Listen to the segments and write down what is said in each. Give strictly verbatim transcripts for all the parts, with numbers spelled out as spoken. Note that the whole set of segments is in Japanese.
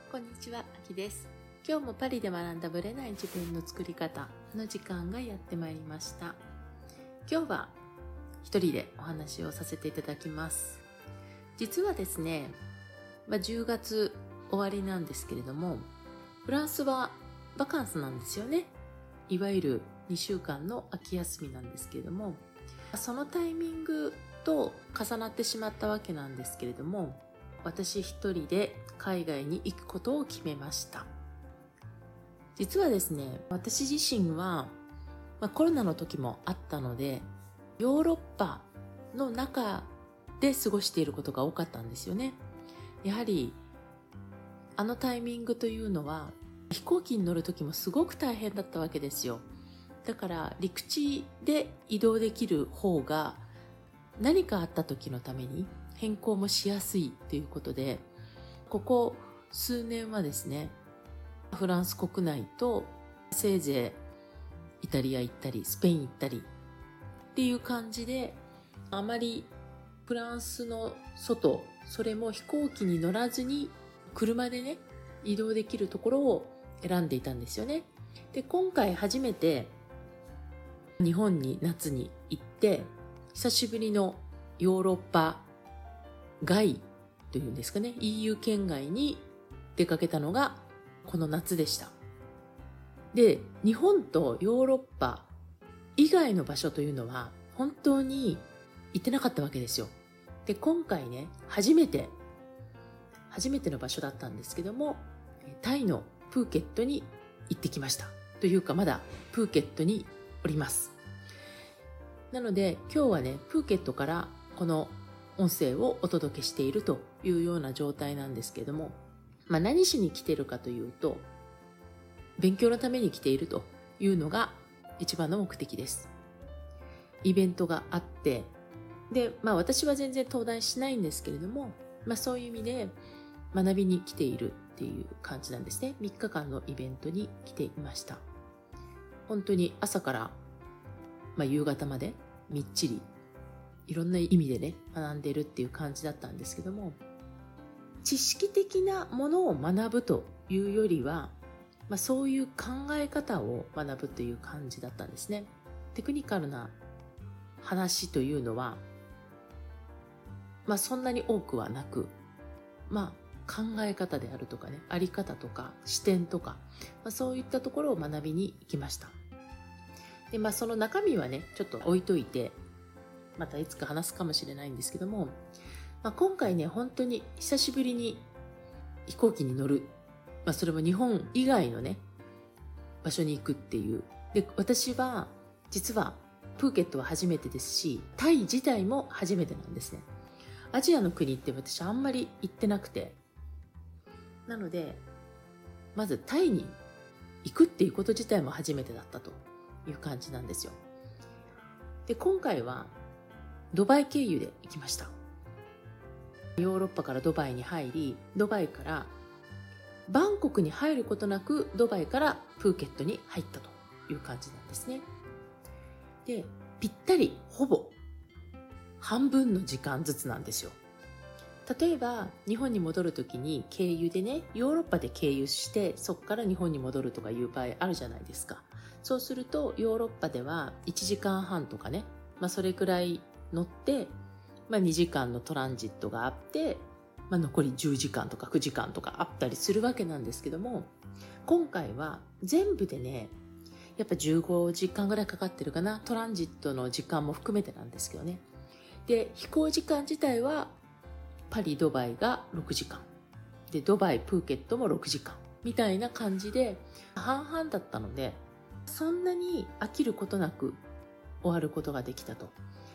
こんにちは、あきです。今日もパリで学んだブレない自分の作り方の時間がやってまいりました。今日は一人でお話をさせていただきます。実はですね、まあ、じゅうがつ終わりなんですけれども、フランスはバカンスなんですよね。いわゆるにしゅうかんの秋休みなんですけれども、そのタイミングと重なってしまったわけなんですけれども、私一人で海外に行くことを決めました。実はですね、私自身は、まあ、コロナの時もあったので、ヨーロッパの中で過ごしていることが多かったんですよね。やはりあのタイミングというのは飛行機に乗る時もすごく大変だったわけですよ。だから陸地で移動できる方が何かあった時のために変更もしやすいということで、ここ数年はですね、フランス国内とせいぜいイタリア行ったりスペイン行ったりっていう感じで、あまりフランスの外、それも飛行機に乗らずに車でね移動できるところを選んでいたんですよね。で、今回初めて日本に夏に行って、久しぶりのヨーロッパ外というんですかね、 イーユー 圏外に出かけたのがこの夏でした。で、日本とヨーロッパ以外の場所というのは本当に行ってなかったわけですよ。で、今回ね、初めて初めての場所だったんですけども、タイのプーケットに行ってきました。というか、まだプーケットにおります。なので今日はね、プーケットからこの音声をお届けしているというような状態なんですけども、まあ、何しに来ているかというと、勉強のために来ているというのが一番の目的です。イベントがあって、で、まあ私は全然登壇しないんですけれども、まあそういう意味で学びに来ているっていう感じなんですね。みっかかんのイベントに来ていました。本当に朝から、まあ、夕方までみっちりいろんな意味でね学んでるっていう感じだったんですけども、知識的なものを学ぶというよりは、まあ、そういう考え方を学ぶという感じだったんですね。テクニカルな話というのは、まあ、そんなに多くはなく、まあ、考え方であるとかね、あり方とか視点とか、まあ、そういったところを学びに行きました。で、まあ、その中身はねちょっと置いといて、またいつか話すかもしれないんですけども、まあ、今回ね本当に久しぶりに飛行機に乗る、まあ、それも日本以外のね場所に行くっていう。で、私は実はプーケットは初めてですし、タイ自体も初めてなんですね。アジアの国って私あんまり行ってなくて、なのでまずタイに行くっていうこと自体も初めてだったという感じなんですよ。で、今回はドバイ経由で行きました。ヨーロッパからドバイに入り、ドバイからバンコクに入ることなくドバイからプーケットに入ったという感じなんですね。で、ぴったりほぼ半分の時間ずつなんですよ。例えば日本に戻るときに経由でね、ヨーロッパで経由してそこから日本に戻るとかいう場合あるじゃないですか。そうするとヨーロッパではいちじかんはんとかね、まあ、それくらい乗って、まあ、にじかんのトランジットがあって、まあ、残りじゅうじかんとかくじかんとかあったりするわけなんですけども、今回は全部でねやっぱじゅうごじかんぐらいかかってるかな。トランジットの時間も含めてなんですけどね。で、飛行時間自体はパリドバイがろくじかんで、ドバイプーケットもろくじかんみたいな感じで半々だったので、そんなに飽きることなく終わることができたと。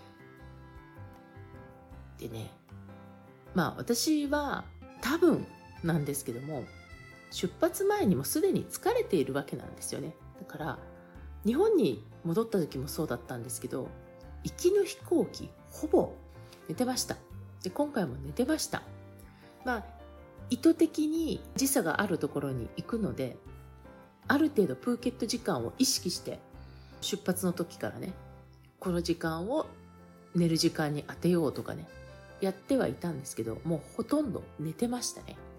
でね、まあ私は多分なんですけども、出発前にもすでに疲れているわけなんですよね。だから日本に戻った時もそうだったんですけど、行きの飛行機ほぼ寝てました。で、今回も寝てました。まあ意図的に時差があるところに行くので、ある程度プーケット時間を意識して出発の時からね、この時間を寝る時間に当てようとかねやってはいたんですけど、もうほとんど寝てましたね。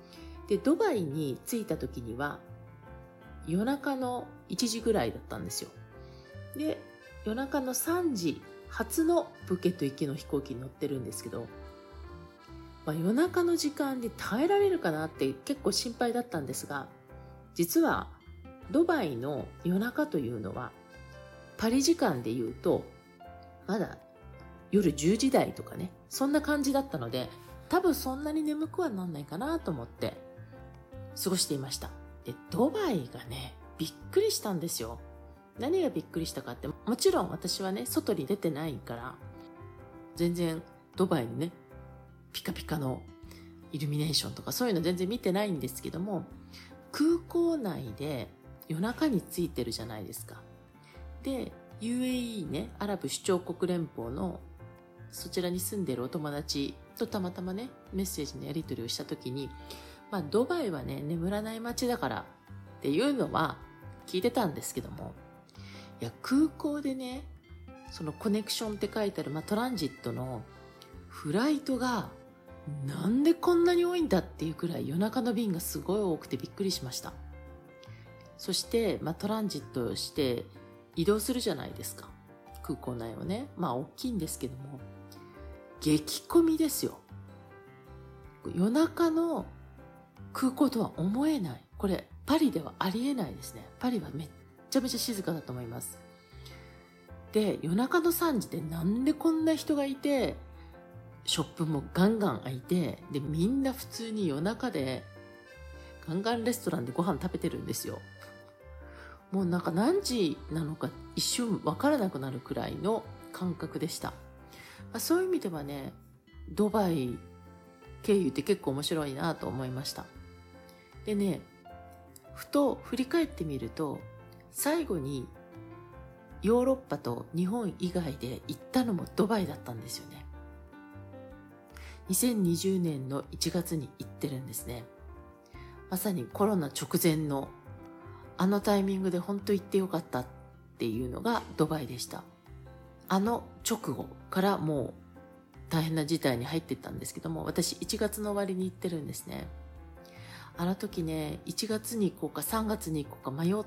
でドバイに着いた時には夜中のいちじぐらいだったんですよ。で夜中のさんじ発のプーケット行きの飛行機に乗ってるんですけど、まあ、夜中の時間で耐えられるかなって結構心配だったんですが、実はドバイの夜中というのはパリ時間でいうとまだ夜じゅうじ台とかね、そんな感じだったので、多分そんなに眠くはなんないかなと思って過ごしていました。でドバイがねびっくりしたんですよ。何がびっくりしたかって、もちろん私はね外に出てないから全然ドバイにねピカピカのイルミネーションとかそういうの全然見てないんですけども、空港内で夜中に着いてるじゃないですか。で ユーエーイー ね、アラブ首長国連邦のそちらに住んでるお友達とたまたまねメッセージのやり取りをした時に、まあドバイはね眠らない街だからっていうのは聞いてたんですけども、いや空港でねそのコネクションって書いてある、まあ、トランジットのフライトがなんでこんなに多いんだっていうくらい夜中の便がすごい多くてびっくりしました。そして、まあ、トランジットをして移動するじゃないですか、空港内をね。まあ大きいんですけども激混みですよ。夜中の空港とは思えない。これパリではありえないですね。パリはめっちゃめちゃ静かだと思います。で夜中のさんじでなんでこんな人がいて、ショップもガンガン開いて、でみんな普通に夜中でガンガンレストランでご飯食べてるんですよ。もうなんか何時なのか一瞬分からなくなるくらいの感覚でした。まあ、そういう意味ではねドバイ経由って結構面白いなと思いました。でねふと振り返ってみると、最後にヨーロッパと日本以外で行ったのもドバイだったんですよね。にせんにじゅうねんのいちがつに行ってるんですね。まさにコロナ直前のあのタイミングで本当行ってよかったっていうのがドバイでした。あの直後からもう大変な事態に入ってったんですけども、私いちがつの終わりに行ってるんですね。あの時ねいちがつに行こうかさんがつに行こうか迷って、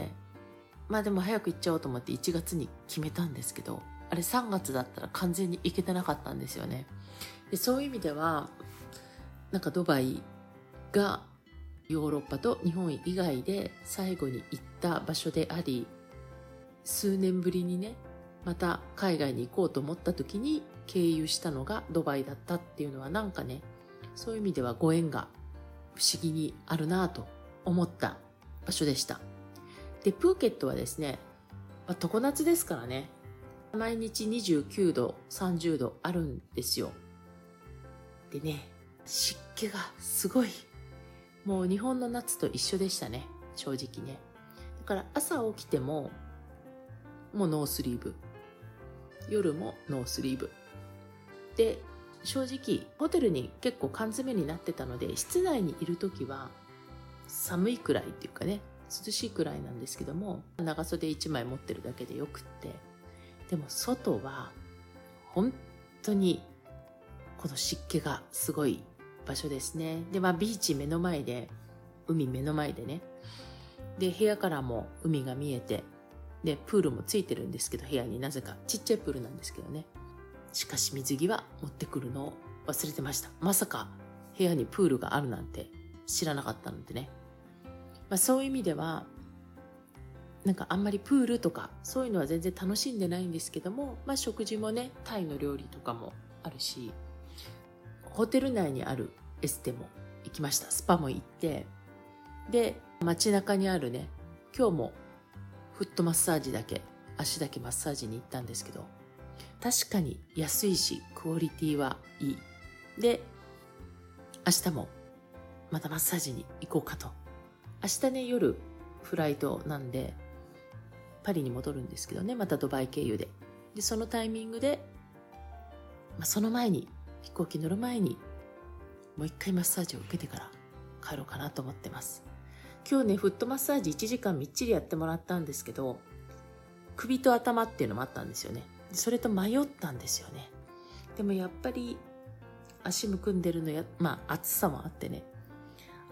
まあでも早く行っちゃおうと思っていちがつに決めたんですけど、あれさんがつだったら完全に行けてなかったんですよね。でそういう意味ではなんかドバイがヨーロッパと日本以外で最後に行った場所であり、数年ぶりにねまた海外に行こうと思った時に経由したのがドバイだったっていうのは、なんかねそういう意味ではご縁が不思議にあるなと思った場所でした。でプーケットはですね、まあ、常夏ですからね、毎日にじゅうきゅうどさんじゅうどあるんですよ。でね湿気がすごい、もう日本の夏と一緒でしたね、正直ね。だから朝起きてももうノースリーブ、夜もノースリーブで、正直ホテルに結構缶詰になってたので、室内にいる時は寒いくらいっていうかね涼しいくらいなんですけども、長袖いちまい持ってるだけでよくって、でも外は本当にこの湿気がすごい場所ですね。でまあビーチ目の前で、海目の前でね、で部屋からも海が見えて、でプールもついてるんですけど、部屋になぜかちっちゃいプールなんですけどね、しかし水着は持ってくるのを忘れてました。まさか部屋にプールがあるなんて知らなかったのでね、まあ、そういう意味ではなんかあんまりプールとかそういうのは全然楽しんでないんですけども、まあ、食事もねタイの料理とかもあるし、ホテル内にあるエステも行きました。スパも行って、で街中にあるね、今日もフットマッサージだけ、足だけマッサージに行ったんですけど、確かに安いしクオリティはいい。で明日もまたマッサージに行こうかと。明日ね夜フライトなんでパリに戻るんですけどね、またドバイ経由で。でそのタイミングで、まあ、その前に飛行機乗る前にもう一回マッサージを受けてから帰ろうかなと思ってます。今日ねフットマッサージいちじかんみっちりやってもらったんですけど、首と頭っていうのもあったんですよね。それと迷ったんですよね。でもやっぱり足むくんでるのや、まあ暑さもあってね、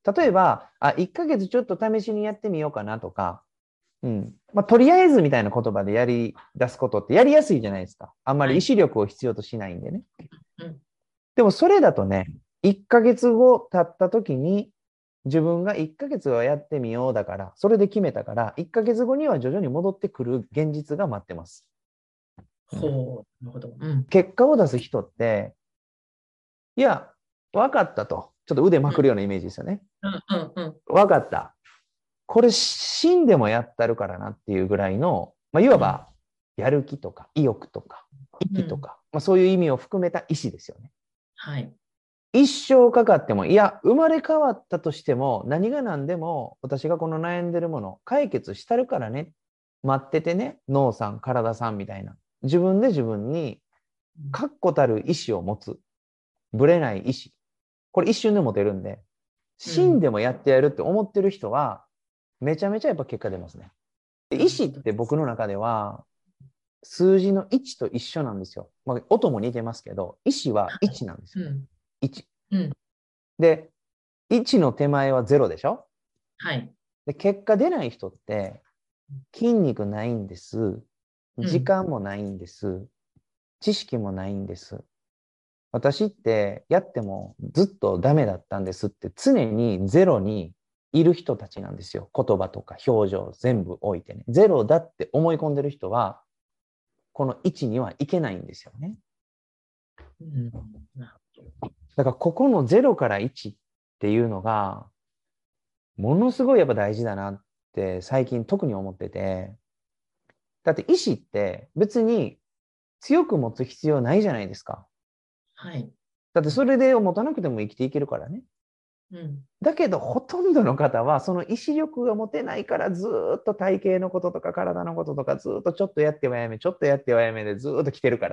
例えば、あ、いっかげつちょっと試しにやってみようかなとか、うんまあ、とりあえずみたいな言葉でやり出すことってやりやすいじゃないですか。あんまり意志力を必要としないんでね。 うん。 でもそれだとね、いっかげつご経った時に、自分がいっかげつはやってみようだから、それで決めたから、いっかげつごには徐々に戻ってくる現実が待ってます。 ほう、なるほど。うん。 結果を出す人って、いや、分かったと。ちょっと腕まくるようなイメージですよね。 うんうんうん。 分かった。これ死んでもやったるからなっていうぐらいの、まあ、いわばやる気とか意欲とか意気とか、まあ、そういう意味を含めた意思ですよね。 はい。 一生かかっても、いや、生まれ変わったとしても、何が何でも、私がこの悩んでるもの、解決したるからね。待っててね、脳さん、体さんみたいな。自分で自分に、確固たる意志を持つ。ぶれない意志。これ一瞬で持てるんで、死んでもやってやるって思ってる人は、めちゃめちゃやっぱ結果出ますね。で意志って僕の中では、数字のいちと一緒なんですよ。まあ、音も似てますけど、意志はいちなんですよ。 うんいち。 うん。 で、いちの手前はゼロでしょ。 はい。 で、結果出ない人って、筋肉ないんです。時間もないんです。知識もないんです。私ってやってもずっとダメだったんですって常にゼロにいる人たちなんですよ。言葉とか表情全部置いてね。ゼロだって思い込んでる人は、このいちにはいけないんですよね。 うん、 だからここのゼロからいちっていうのが、ものすごいやっぱ大事だなって最近特に思ってて、だって意志って別に強く持つ必要ないじゃないですか。 はい。 だってそれで持たなくても生きていけるからね。 うん、 だけどほとんどの方はその意志力が持てないからずっと体型のこととか体のこととかずっとちょっとやってはやめ、ちょっとやってはやめでずっと来てるから、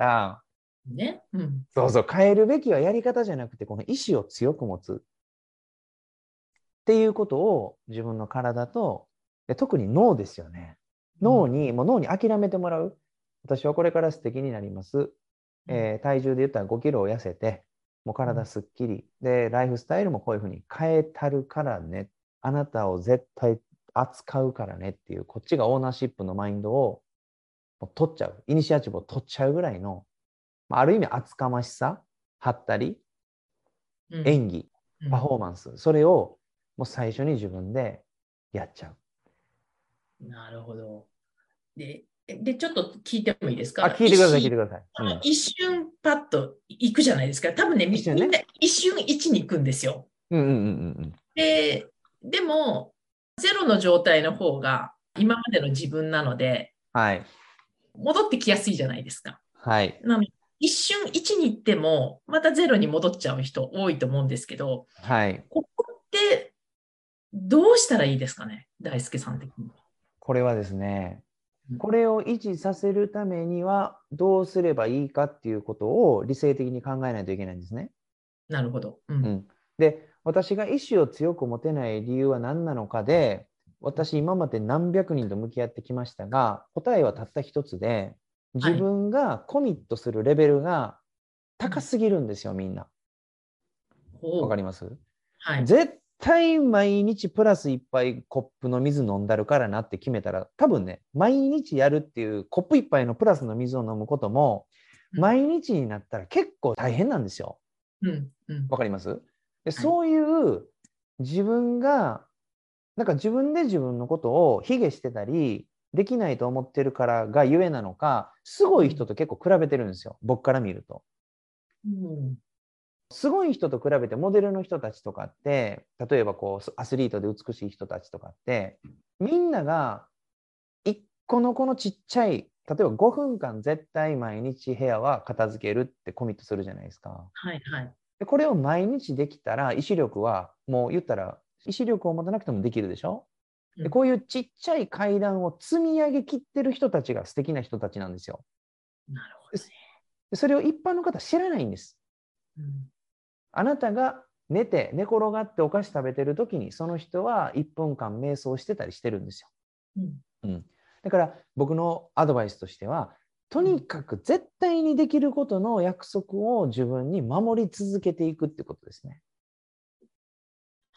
ね。うん。 そうそう、変えるべきはやり方じゃなくてこの意志を強く持つっていうことを自分の体と、で特に脳ですよね。脳に、もう脳に諦めてもらう。私はこれから素敵になります。えー体重で言ったらごキロを痩せて、もう体すっきり。で、ライフスタイルもこういうふうに変えたるからね。あなたを絶対扱うからねっていう、こっちがオーナーシップのマインドをもう取っちゃう。イニシアチブを取っちゃうぐらいの、ある意味厚かましさ、はったり、 うん、 演技、 うんパフォーマンス、それをもう最初に自分でやっちゃう。 なるほど。で、で、ちょっと聞いてもいいですあ、 か？ 聞いてください、聞いてください。 あのうん、 一瞬パッと行くじゃないですか。多分ね、み、 一瞬ね。 みんな一瞬いちに行くんですよ。 うんうんうんうんで、でも、ゼロの状態の方が今までの自分なので、 はい。 戻ってきやすいじゃないですか。 はい。 なので、一瞬いちに行っても、またゼロに戻っちゃう人多いと思うんですけど、 はい。 ここってどうしたらいいですかね、大輔さん的に。 これはですね、 うんこれを維持させるためにはどうすればいいかっていうことを理性的に考えないといけないんですね。 なるほど。うん。 うん、で、私が意志を強く持てない理由は何なのかで、私今まで何百人と向き合ってきましたが、答えはたった一つで、自分がコミットするレベルが高すぎるんですよ、みんな。わかります？ はい。 絶対毎日プラス一杯コップの水飲んだるからなって決めたら、多分ね、毎日やるっていうコップ一杯のプラスの水を飲むことも、毎日になったら結構大変なんですよ。 うんうん、 わかります？で、そういう自分が、なんか自分で自分のことを卑下してたり、できないと思ってるからがゆえなのか、すごい人と結構比べてるんですよ。僕から見ると。 うん、 すごい人と比べてモデルの人たちとかって、例えばこうアスリートで美しい人たちとかって、みんなが一個のこのちっちゃい、例えばごふんかん絶対毎日部屋は片付けるってコミットするじゃないですか。 はいはい。 でこれを毎日できたら意志力はもう言ったら意志力を持たなくてもできるでしょ。でこういうちっちゃい階段を積み上げきってる人たちが素敵な人たちなんですよ。 なるほどね。 でそれを一般の方知らないんです。 うん、 あなたが寝て寝転がってお菓子食べてる時にその人はいっぷんかん瞑想してたりしてるんですよ。 うんうん、だから僕のアドバイスとしては、とにかく絶対にできることの約束を自分に守り続けていくってことですね。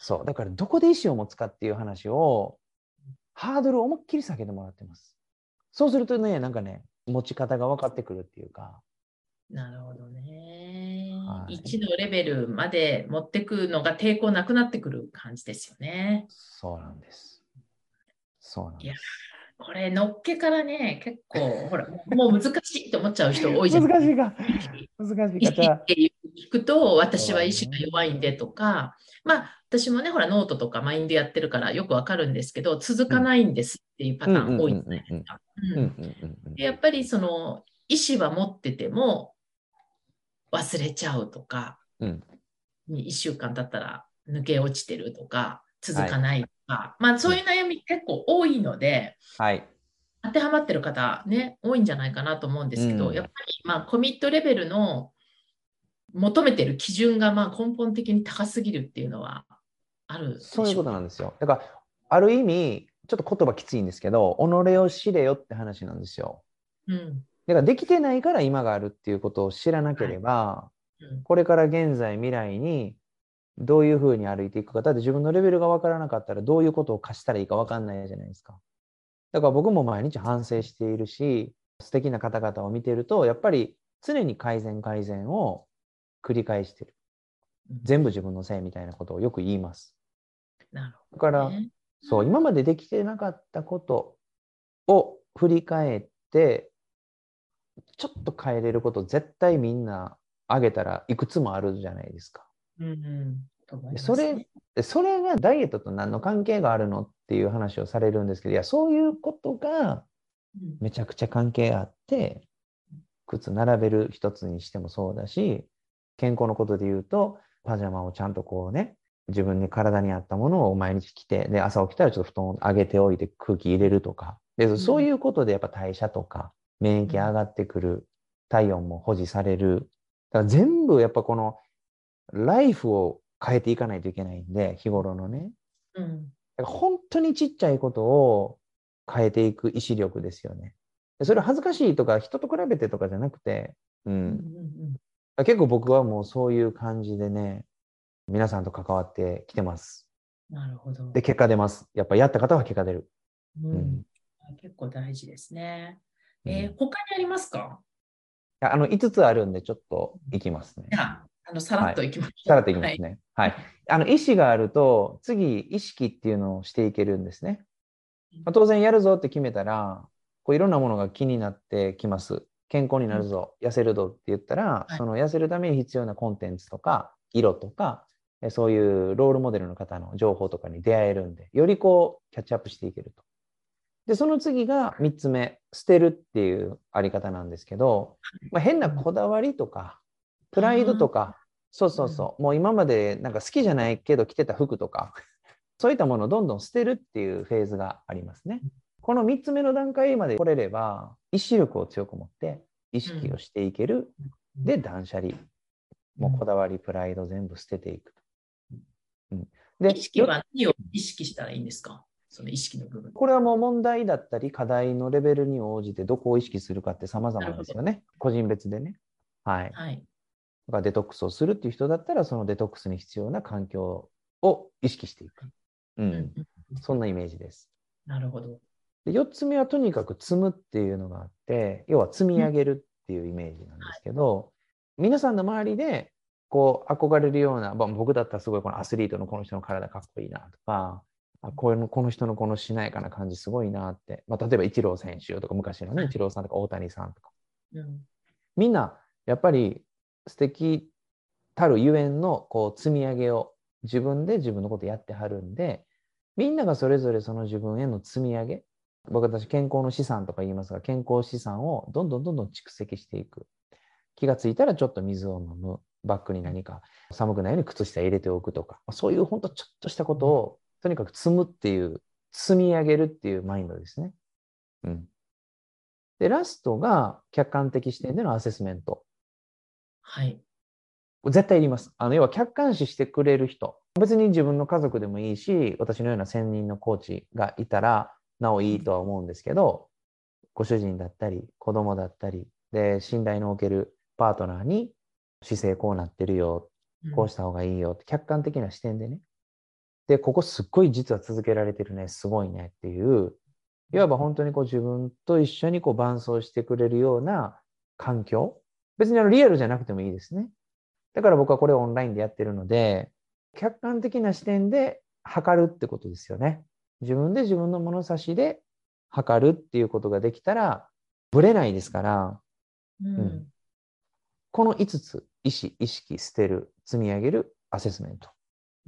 そう。だからどこで意思を持つかっていう話を、ハードルを思いっきり下げてもらってます。そうするとね、なんかね、持ち方が分かってくるっていうか。 なるほどね。 はい。 いちのレベルまで持ってくのが抵抗なくなってくる感じですよね。 そうなんです。そうないんや、 です。 これ、のっけからね、結構、ほら、もう難しいと思っちゃう人多いじゃないですか。 難しいか。難しい意か。じゃあ、 思って聞くと、私は意志がそうね。 弱いんでとか、まあ、私もね、ほら、ノートとかマインドやってるからよくわかるんですけど、続かうん。 ないんですっていうパうんうターン多いじゃないんうんうんうん。 ですか。 うんううん。 んうんうん。 でやっぱり、その、意思は持ってても忘れちゃうとか、 うん。 いっしゅうかん経ったら抜け落ちてるとか、続はい。 かないとか、まあ、 うん。 そういう悩み結構多いので、 はい。 当てはまってる方ね、多いんじゃないかなと思うんですけど、やっうん。 ぱり、まあ、コミットレベルの求めてる基準がまあ根本的に高すぎるっていうのはあるでそういうしょうか。 ことなんですよ。だから、ある意味、ちょっと言葉きついんですけど、己を知れよって話なんですよ。 うん。 だからできてないから今があるっていうことを知らなけはい。 れば、 うん。 これから現在、未来にどういうふうに歩いていくか。だって自分のレベルが分からなかったらどういうことを課したらいいか分かんないじゃないですか。だから僕も毎日反省しているし、素敵な方々を見ていると、やっぱり常に改善改善を繰り返している。 うん。 全部自分のせいみたいなことをよく言います。 なるだから、 ほどね。 そう、今までできてなかったことを振り返って、ちょっと変えれること絶対みんなあげたらいくつもあるじゃないですか。 うん、うん。と思でそれ、 いますね。 それがダイエットと何の関係があるのっていう話をされるんですけど、いや、そういうことがうん。 めちゃくちゃ関係あって、靴並べる一つにしてもそうだし、健康のことで言うと、パジャマをちゃんとこうね、自分に体に合ったものを毎日着て、で、朝起きたらちょっと布団を上げておいて空気入れるとか、で、 うん。 そういうことでやっぱ代謝とか免疫うん。 上がってくる、体温も保持される。だから全部やっぱこのライフを変えていかないといけないんで、日頃のね。 うん。 だから本当にちっちゃいことを変えていく意志力ですよね。それは恥ずかしいとか人と比べてとかじゃなくて、ううん。うん、 ん。 結構僕はもうそういう感じでね、皆さんと関わってきてます。 なるほで、 ど。 結果出ます。やっぱやった方は結果出る。 うん。 うん。 結構大事ですね。 うん、 えー他にありますか？ あの、いつつあるんで、ちょっといきますね。 じゃあ、あの、さらはい。 っといきましょう。 さらっといきまはい。 すね。はい。あの、意思があると、次、意識っていうのをしていけるんですね。まあ、当然やるぞって決めたら、こういろんなものが気になってきます。健康になうん。 るぞ、痩せるぞって言ったら、 はい。 その痩せるために必要なコンテンツとか、色とか、そういうロールモデルの方の情報とかに出会えるんで、よりこう、キャッチアップしていけると。で、その次がみっつめ、捨てるっていうあり方なんですけど、まあ、変なうん。 こだわりとか、プライドああ。 とか、そううん。 そうそう、もう今までなんか好きじゃないけど着てた服とか、そういったものをどんどん捨てるっていうフェーズがありますね。このみっつめの段階まで来れれば、意志力を強く持って意うん。 識をしていける。 うん。 で、断捨離。もうこうん。 だわり、プライド全部捨てていくと。うん、 意で、よ識は何を意識したらいいんですか？その意識の部分。 これはもう問題だったり課題のレベルに応じてどこを意識するかって様なるほど。 々ですよね。個人別でね。はい。 はい。 だからデトックスをするっていう人だったら、そのデトックスに必要な環境を意識していく。うん。 うん。うん。 そんなイメージです。 なるほど。 で、よっつめはとにかく積むっていうのがあって、要は積みうん。 上げるっていうイメージなんですけど、皆さんの周りでこう憧れるような、まあ、僕だったらすごいこのアスリートのこの人の体かっこいいなとか、あこういうのこの人のこのしなやかな感じすごいなって、まあ、例えばイチロー選手とか昔のね、イチローさんとか大谷さんとか、 うん。 みんなやっぱり素敵たるゆえんのこう積み上げを自分で自分のことやってはるんで、みんながそれぞれその自分への積み上げ、僕たち健康の資産とか言いますが、健康資産をどんどんどんどん蓄積していく。気がついたらちょっと水を飲む。バッグに何か寒くないように靴下入れておくとか、そういう本当ちょっとしたことをとにかく積むっていう、積み上げるっていうマインドですね。うん。で、ラストが客観的視点でのアセスメント。 はい。 絶対いります。あの、要は客観視してくれる人。別に自分の家族でもいいし、私のような専任のコーチがいたら、なおいいとは思うんですけど、ご主人だったり、子供だったり、で、信頼のおけるパートナーに、姿勢こうなってるよ、 うん。 こうした方がいいよって、客観的な視点でね、 で、ここすっごい実は続けられてるね、すごいねっていう、いわば本当にこう自分と一緒にこう伴走してくれるような環境。別にあのリアルじゃなくてもいいですね。だから僕はこれをオンラインでやってるので、客観的な視点で測るってことですよね。自分で自分の物差しで測るっていうことができたら、ぶれないですから、 うん。 うん、このいつつ、意思、意識、捨てる、積み上げる、アセスメント。 うん。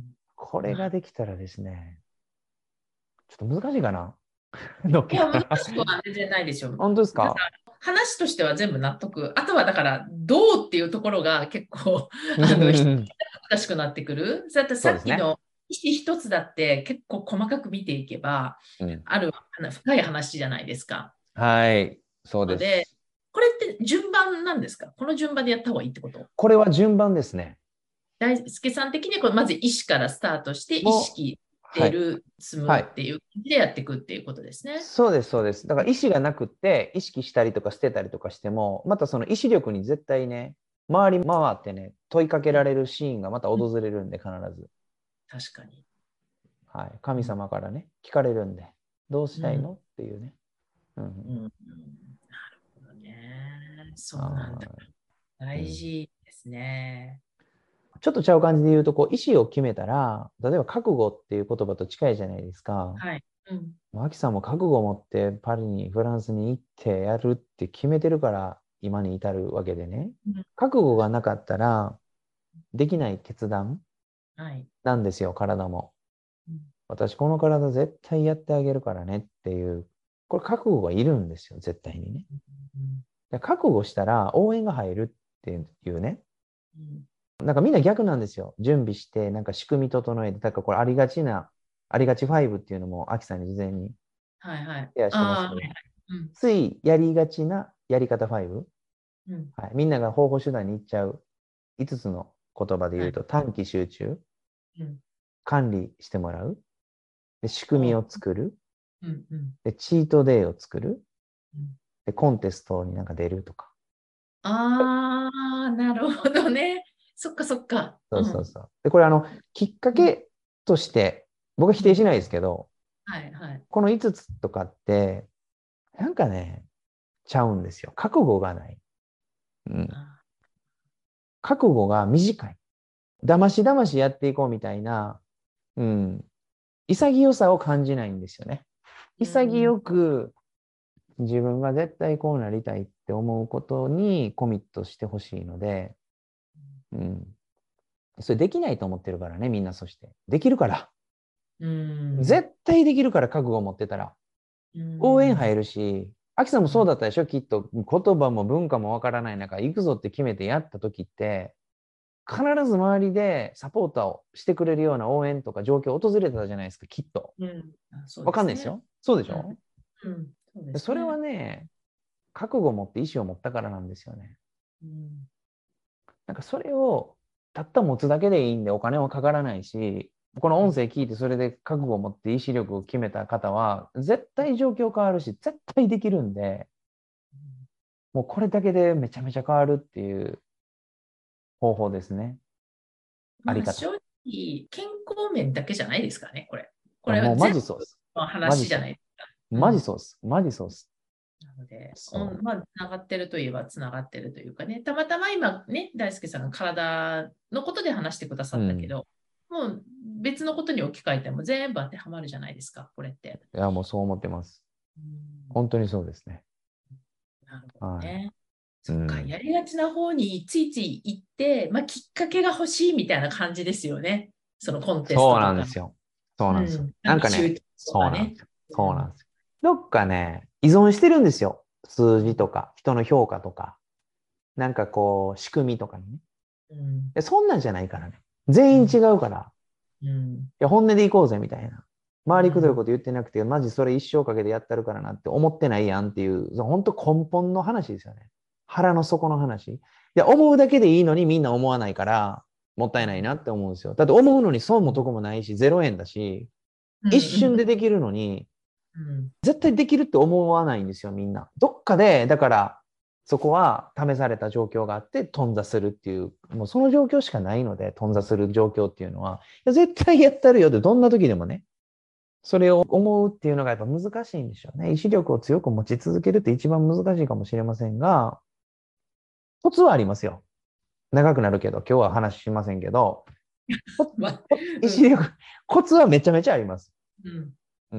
これができたらですね、ちょっと難しいかな。どっいや、難かしくは全然ないですよ。 本当ですか？ 話としては全部納得。あとはだから、どうっていうところが結構、 うあの、 ん難しくなってくる。だってそうですね。 さっきの意思一つだって結構細かく見ていけば、 うんある深い話じゃないですか。 はい、そうので、 です。 これって順番なんですか？この順番でやった方がいいってこと？ これは順番ですね。 大輔さん的にはこれまず意思からスタートして意もう、 識してはい、 る、積むはい。 っていう感じでやっていくっていうことですね。 そうです、そうです。だから意思がなくって、意識したりとか捨てたりとかしても、またその意志力に絶対ね、回り回ってね、問いかけられるシーンがまたうん、 訪れるんで、必ず。 確かに。 はい、神うん、 様からね、聞かれるんで、どうしうん、 たいのっていうね。うん、 うん、なるほどね。そうなんだ。 あーう大ん事ですね。 ちょっとちゃう感じで言うと、こう、意思を決めたら、例えば覚悟っていう言葉と近いじゃないですか。 はい。うん。 マキさんも覚悟を持ってパリに、フランスに行ってやるって決めてるから、今に至るわけでね。 うん、 覚悟がなかったら、できない決断はい。 なんですよ、体も。 うん、 私、この体絶対やってあげるからねっていう、これ覚悟がいるんですよ、絶対にね。で覚悟したら応援が入るっていうね。 うん、 なんかみんな逆なんですよ。準備して、なんか仕組み整えて、だからこれありがちな、ありがちファイブっていうのも、アキさんに事前にはいはい。 シェアしてますああ、 けど、 はいはい。うん、 ついやりがちなやり方ファイブ、 うん、 はい、みんなが方法手段に行っちゃういつつの言葉ではい。 言うと、短期集中、 うん、 管理してもらう、で仕組みおう、 を作る、 うん、うん、 でチートデイを作る、 うん。 でコンテストになんか出るとか。 ああ、なるほどね。そっかそっか。 そううん、 そうそう。で、これあの、きっかうん、 けとして、僕は否うん。 定しないですけど、 はいはい。 このいつつとかって、なんかね、ちゃうんですよ。覚悟がない。うん。 あ覚悟が短い。だましだましやっていこうみたいな、うん。潔さを感じないんですよね。 ー、うん、 潔く自分が絶対こうなりたいって思うことにコミットしてほしいので、うん。それできないと思ってるからね、みんなそして。できるから。 うん、 絶対できるから覚悟を持ってたら。 うん、 応援入るし、アキさんもうん、 そうだったでしょきっと言葉も文化もわからない中、行くぞって決めてやった時って、必ず周りでサポーターをしてくれるような応援とか状況を訪れてたじゃないですか、きっと。 うん。あ、そうわですね。 かんないですよ。そうでしうん、 ょ？ うん、そうででそれはすね。 ね、覚悟を持って意思を持ったからなんですよね。 うん、 なんかそれをたった持つだけでいいんでお金はかからないし、この音声聞いてそれで覚悟を持って意志力を決めた方は絶対状況変わるし、絶対できるんで、もうこれだけでめちゃめちゃ変わるっていう方法ですね。あり方。 まあ正直、健康面だけじゃないですからね、これ。こいや、もうマれは全部ジそうです。 のマジそう。 話じゃないですか。うん。 マジそうです。マジそうです。 なので、おそまあ、つながってるといえばつながってるというかね、たまたま今ね、大輔さんが体のことで話してくださう。うん。 ったけど、もう別のことに置き換えても全部当てはまるじゃないですか、これって。 いや、もうそう思ってます。 うん、 本当にそうですね。 なるほどはね。 い。うそっか、 ん。 やりがちな方についつい行って、まあ、きっかけが欲しいみたいな感じですよね。そのコンテスそうトとか。 なんですよ。そうなんですよ。 うん。なんなんかね、 か集中とかね。 そうなんですよ。 うん。 そうなんですよ。どっかね、依存してるんですよ。数字とか、人の評価とか、なんかこう、仕組みとかにね。 うん。 でそんなんじゃないからね。全員違うから。 うん。 いや、本音でいこうぜみたいな。周りくどいこうん。 と言ってなくて、マジそれ一生かけてやったるからなって思ってないやんっていう、本当根本の話ですよね。腹の底の話。いや、思うだけでいいのにみんな思わないから、もったいないなって思うんですよ。だって思うのに損も得もないし、ゼロえんだし、 うん。 一うん。 瞬でできるのに、 うん。 絶対できるって思わないんですよ、みんな。どっかで、だから、 そこは試された状況があって頓挫するっていう、もうその状況しかないので、頓挫する状況っていうのは、いや絶対やったるよって、どんな時でもね、それを思うっていうのがやっぱ難しいんでしょうね。意志力を強く持ち続けるって一番難しいかもしれませんが、コツはありますよ。長くなるけど、今日は話しませんけど、 まあ、 意志力、コツはめちゃめちゃあります。 うん。 うん、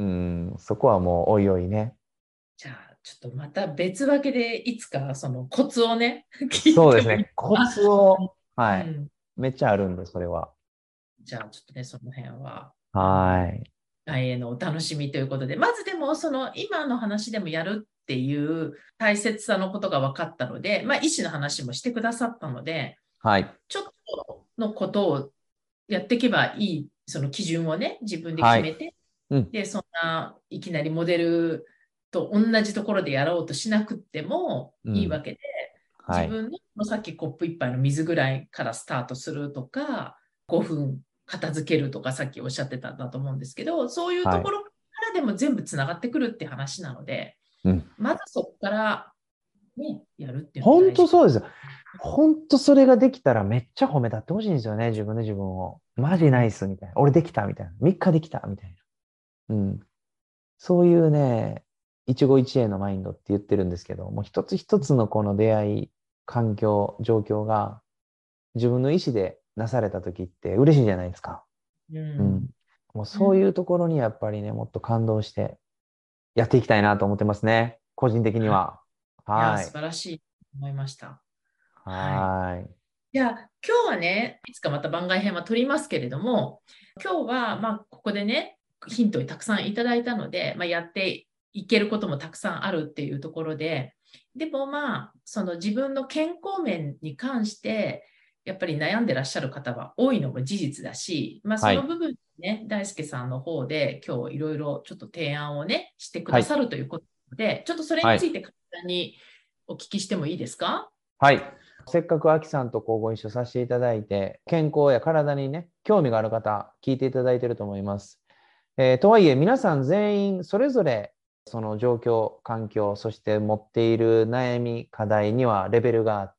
そこはもうおいおいね。 じゃあ、ちょっとまた別分けでいつかそのコツをね、聞いてもいいそうですね。コかツを、はい。 うん。 めっちゃあるんで、それは。 じゃあ、ちょっとね、その辺は、あの、 はい。 来へのお楽しみということで、まずでも、その今の話でもやるっていう大切さのことが分かったので、まあ、医師の話もしてくださったので、 はい。 ちょっとのことをやっていけばいい、その基準をね、自分ではい。 決めて、 うん。 で、そんないきなりモデルと同じところでやろうとしなくってもうん。 いいわけで、 はい。 自分のさっきコップ一杯の水ぐらいからスタートするとか、ごふん片付けるとかさっきおっしゃってたんだと思うんですけど、そういうとはい。 ころからでも全部つながってくるって話なので、 うん。 まずそこからね、やるっていうのが本大事。 当そうですよ。本当それができたらめっちゃ褒めたってほしいんですよね。自分で自分を。マジナイスみたいな。俺できたみたいな。みっかできたみたいな。うん。そういうね、一期一会のマインドって言ってるんですけど、もう一つ一つのこの出会い、環境、状況が自分の意思でなされた時って嬉しいじゃないですか。 ううん。 ん。 もうそうねいうところにやっぱりね、もっと感動してやっていきたいなと思ってますね。個人的にはい。 は。 いや、 はい。 素晴らしいと思いました。はい。 はい。 じゃあ、今日はね、いつかまた番外編は撮りますけれども、今日は、まあ、ここでね、ヒントをたくさんいただいたので、まあ、やっていけることもたくさんあるっていうところで、でもまあ、その自分の健康面に関して、やっぱり悩んでらっしゃる方は多いのも事実だし、まあ、そはい。 の部分ね、大輔さんの方で今日いろいろちょっと提案をね、してくださはい。 るということで、ちょっとそれはい。 について簡単にお聞きしてもいいですか？ はい。せっかくアキさんとこうご一緒させていただいて、健康や体にね、興味がある方、聞いていただいていると思います。えーとはいえ、皆さん全員それぞれその状況、環境、そして持っている悩み、課題にはレベルがあって、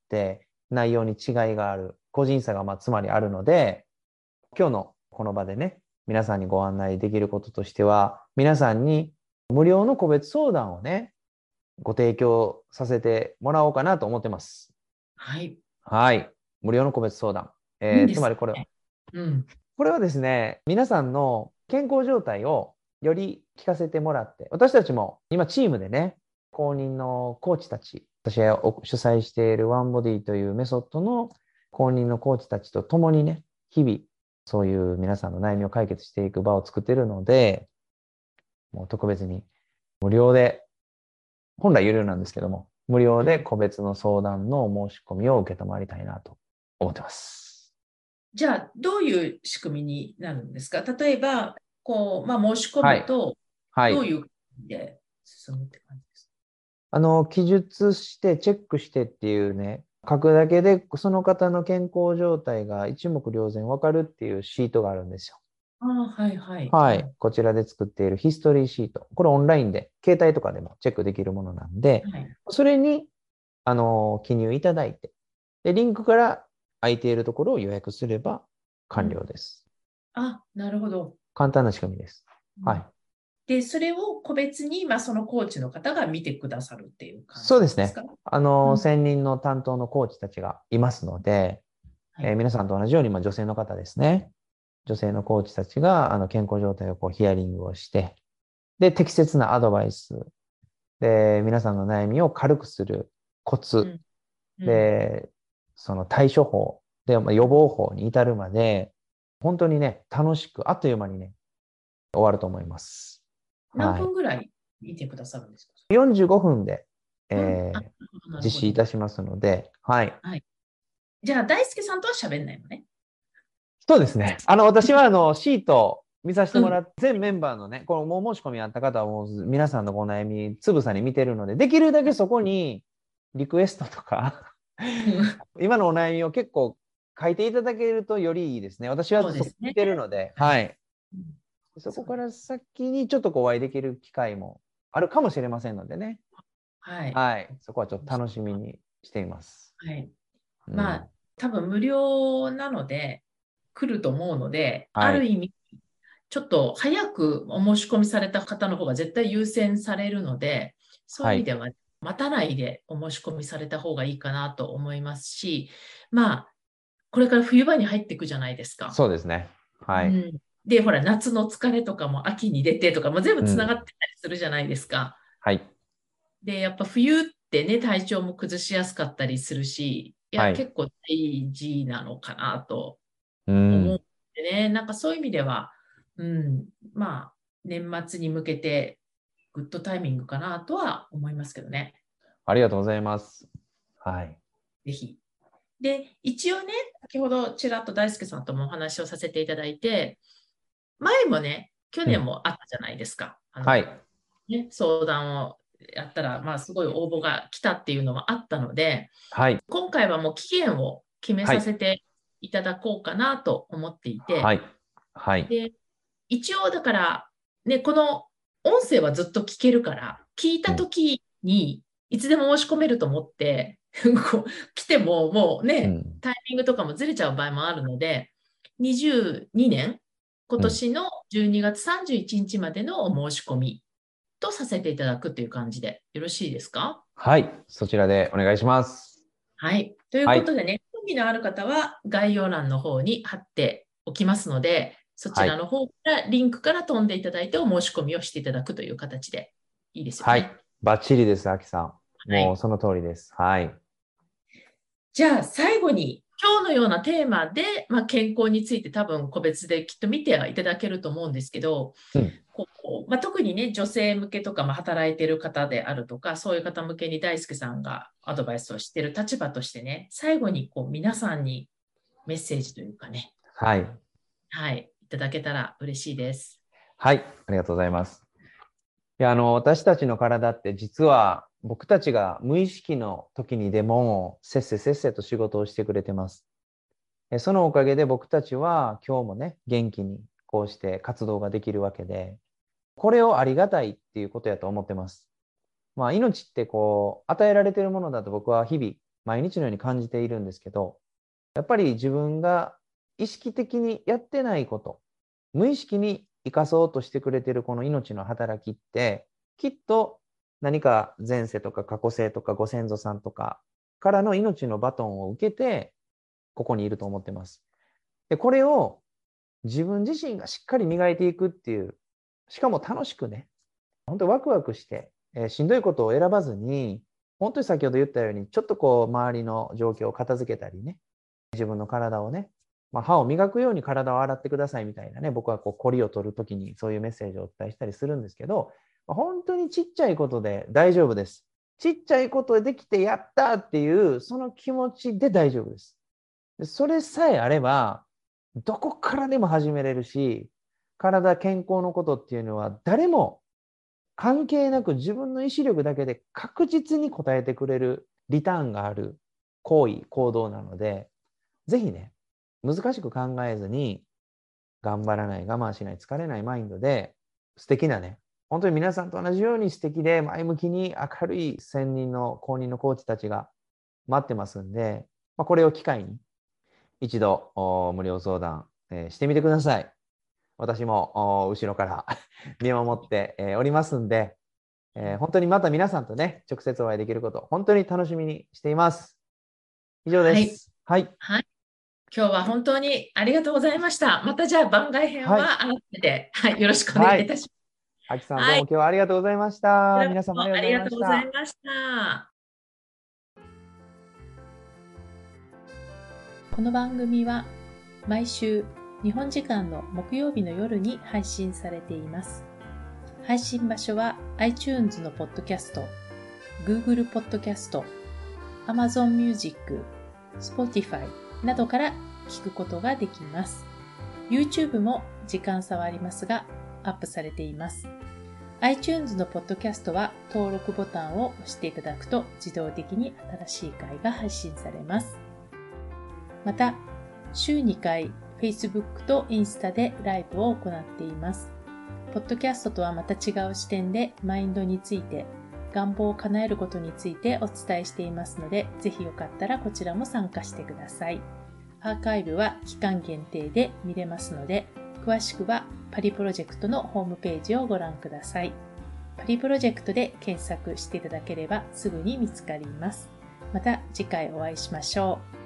内容に違いがある、個人差がまあつまりあるので、今日のこの場でね、皆さんにご案内できることとしては、皆さんに無料の個別相談をね、ご提供させてもらおうかなと思ってます。 はい。 はい。無料の個別相談。えーいいですつまりこれは、 ね。うん。 これはですね、皆さんの健康状態をより聞かせてもらって、私たちも今チームでね、公認のコーチたち、私が主催しているワンボディというメソッドの公認のコーチたちと共にね、日々、そういう皆さんの悩みを解決していく場を作っているので、もう特別に無料で、本来有料なんですけども、無料で個別の相談の申し込みを受けたまりたいなと思ってます。 じゃあ、どういう仕組みになるんですか？例えば、こう、まあ、申し込はい。 むと、 はい。 どういう感じで進むって感じですあの、記述して、チェックしてっていうね、書くだけで、その方の健康状態が一目瞭然わかるっていうシートがあるんですよ。 か？ああ、はいはい。 はい。 はい。 こちらで作っているヒストリーシート。これオンラインで、携帯とかでもチェックできるものなんで、 はい。 それに、あの、記入いただいて、で、リンクから空いているところを予約すれば完うん。 了です。 あ、なるほど。 簡単な仕組みです。 うん、 はい。 で、それを個別に、まあ、そのコーチの方が見てくださるっていう感そうですね。 じなんですか？ あの、 うん。 専任の担当のコーチたちがいますので、 はい。 えー皆さんと同じように、まあ、女性の方ですね。女性のコーチたちがあの健康状態をこうヒアリングをして、で、適切なアドバイス、で、皆さんの悩みを軽くするコツ、 うん。うん。 で、その対処法、で、まあ、予防法に至るまで、本当にね、楽しく、あっという間にね、終わると思います。 何はい。 分ぐらい見てくださるんですか？ よんじゅうごふんで、 うん。あ、 えーなる実ほど。 施いたしますので、はい。 はい。じゃあ、大輔さんとは喋んないのね。 そうですね。あの、私はあの、シートを見させてうん。 もらって、全メンバーのね、このもう申し込みあった方はもう皆さんのご悩み、つぶさに見てるので、できるだけそこにリクエストとかうん。 今のお悩みを結構書いていただけるとよりいいですね。私はそうですね。 そこ見てるので、 はい。 はい。 うん、 そこそうです。 から先にちょっとこうお会いできる機会もあるかもしれませんのでね。 はい。 はい。そこはちょっと楽しみにしています。 はい。 うん、 まあ、多分無料なので、来ると思うので、あはい。 る意味、ちょっと早くお申し込みされた方の方が絶対優先されるので、そういうはい。 意味では待たないでお申し込みされた方がいいかなと思いますし、まあ、これから冬場に入っていくじゃないですか。 そうですね。はい。 うん。で、ほら、夏の疲れとかも秋に出てとかも全部うん。 つながってたりするじゃないですか。 はい。 で、やっぱ冬ってね、体調も崩しやすかったりするし、いや、 はい。 結構大事なのかなとうん。 思うんでね、なんかそういう意味では、うん、まあ、年末に向けてグッドタイミングかなとは思いますけどね。 ありがとうございます。はい。 ぜひ。で、一応ね、先ほどちらっと大輔さんともお話をさせていただいて、前もね、去うん。 年もあったじゃないですか。あの、 はい。 ね、相談をやったら、まあ、すごい応募が来たっていうのはあったので、 はい。 今回はもう期限を決めはい。 させていただこうかなと思っていて、 はい。はい。 で、一応だから、ね、この音声はずっと聞けるから、聞いたうん。 時にいつでも申し込めると思って、こう来てももうね、 うん。 タイミングとかもずれちゃう場合もあるので、にじゅうにねん、今うん。 年のじゅうにがつさんじゅういちにちまでのお申し込みとさせていただくという感じでよろしいですか？ はい。そちらでお願いします。 はい。というはい。 ことでね、興味のある方は概要欄の方に貼っておきますので、そちはい。 らの方からリンクから飛んでいただいてお申し込みをしていただくという形でいいですよはい。 ね。 バッチリです、アキさん。 はい。 もうその通りです。はい。 じゃあ最後に今日のようなテーマで、まあ、健康について多分個別できっと見てはいただけると思うんですけど、 うん。 こうまあ、特にね、女性向けとか、まあ、働いている方であるとか、そういう方向けに大輔さんがアドバイスをしている立場としてね、最後にこう皆さんにメッセージというかね、 はい。 はい、いただけたら嬉しいです。 はい。ありがとうございます。いや、あの、私たちの体って実は僕たちが無意識の時にでもせっせせっせと仕事をしてくれてます。えそのおかげで僕たちは今日もね、元気にこうして活動ができるわけで、これをありがたいっていうことやと思ってます。まあ、命ってこう、与えられているものだと僕は日々、毎日のように感じているんですけど、やっぱり自分が意識的にやってないこと、無意識に生かそうとしてくれているこの命の働きって、きっと何か前世とか過去世とかご先祖さんとかからの命のバトンを受けて、ここにいると思ってます。で、これを自分自身がしっかり磨いていくっていう、しかも楽しくね、本当にワクワクして、えーしんどいことを選ばずに、本当に先ほど言ったように、ちょっとこう、周りの状況を片付けたりね、自分の体をね、まあ、歯を磨くように体を洗ってくださいみたいなね、僕はこう、コリを取るときにそういうメッセージをお伝えしたりするんですけど、まあ本当にちっちゃいことで大丈夫です。ちっちゃいことできてやったっていう、その気持ちで大丈夫です。でそれさえあれば、どこからでも始めれるし、体、健康のことっていうのは誰も関係なく自分の意志力だけで確実に応えてくれるリターンがある行為、行動なので、ぜひね、難しく考えずに、頑張らない、我慢しない、疲れないマインドで、素敵なね、本当に皆さんと同じように素敵で前向きに明るい専任の公認のコーチたちが待ってますんで、まあ、これを機会に一度無料相談、えーしてみてください。私も後ろから見守って、えーおりますんで、えー本当にまた皆さんとね、直接お会いできること、本当に楽しみにしています。以上ではい。 す。はい。 はい。今日は本当にありがとうございました。またじゃあ番外編はい。 は改めて、はい、よろしくお願いはい。 いたしあきさます。 ん、どうはい。 も今日はありがとうございましこちた。 らこそ皆様ありがとうございありがとうございました。 ました。 この番組は毎週日本時間の木曜日の夜に配信されています。配信場所は iTunes のポッドキャスト、Google ポッドキャスト、Amazon Music、Spotify などから聞くことができます。YouTube も時間差はありますがアップされています。iTunes のポッドキャストは登録ボタンを押していただくと自動的に新しい回が配信されます。また、週にかい Facebook とインスタでライブを行っています。ポッドキャストとはまた違う視点でマインドについて、 願望を叶えることについてお伝えしていますので、ぜひよかったらこちらも参加してください。アーカイブは期間限定で見れますので、詳しくはパリプロジェクトのホームページをご覧ください。パリプロジェクトで検索していただければすぐに見つかります。また次回お会いしましょう。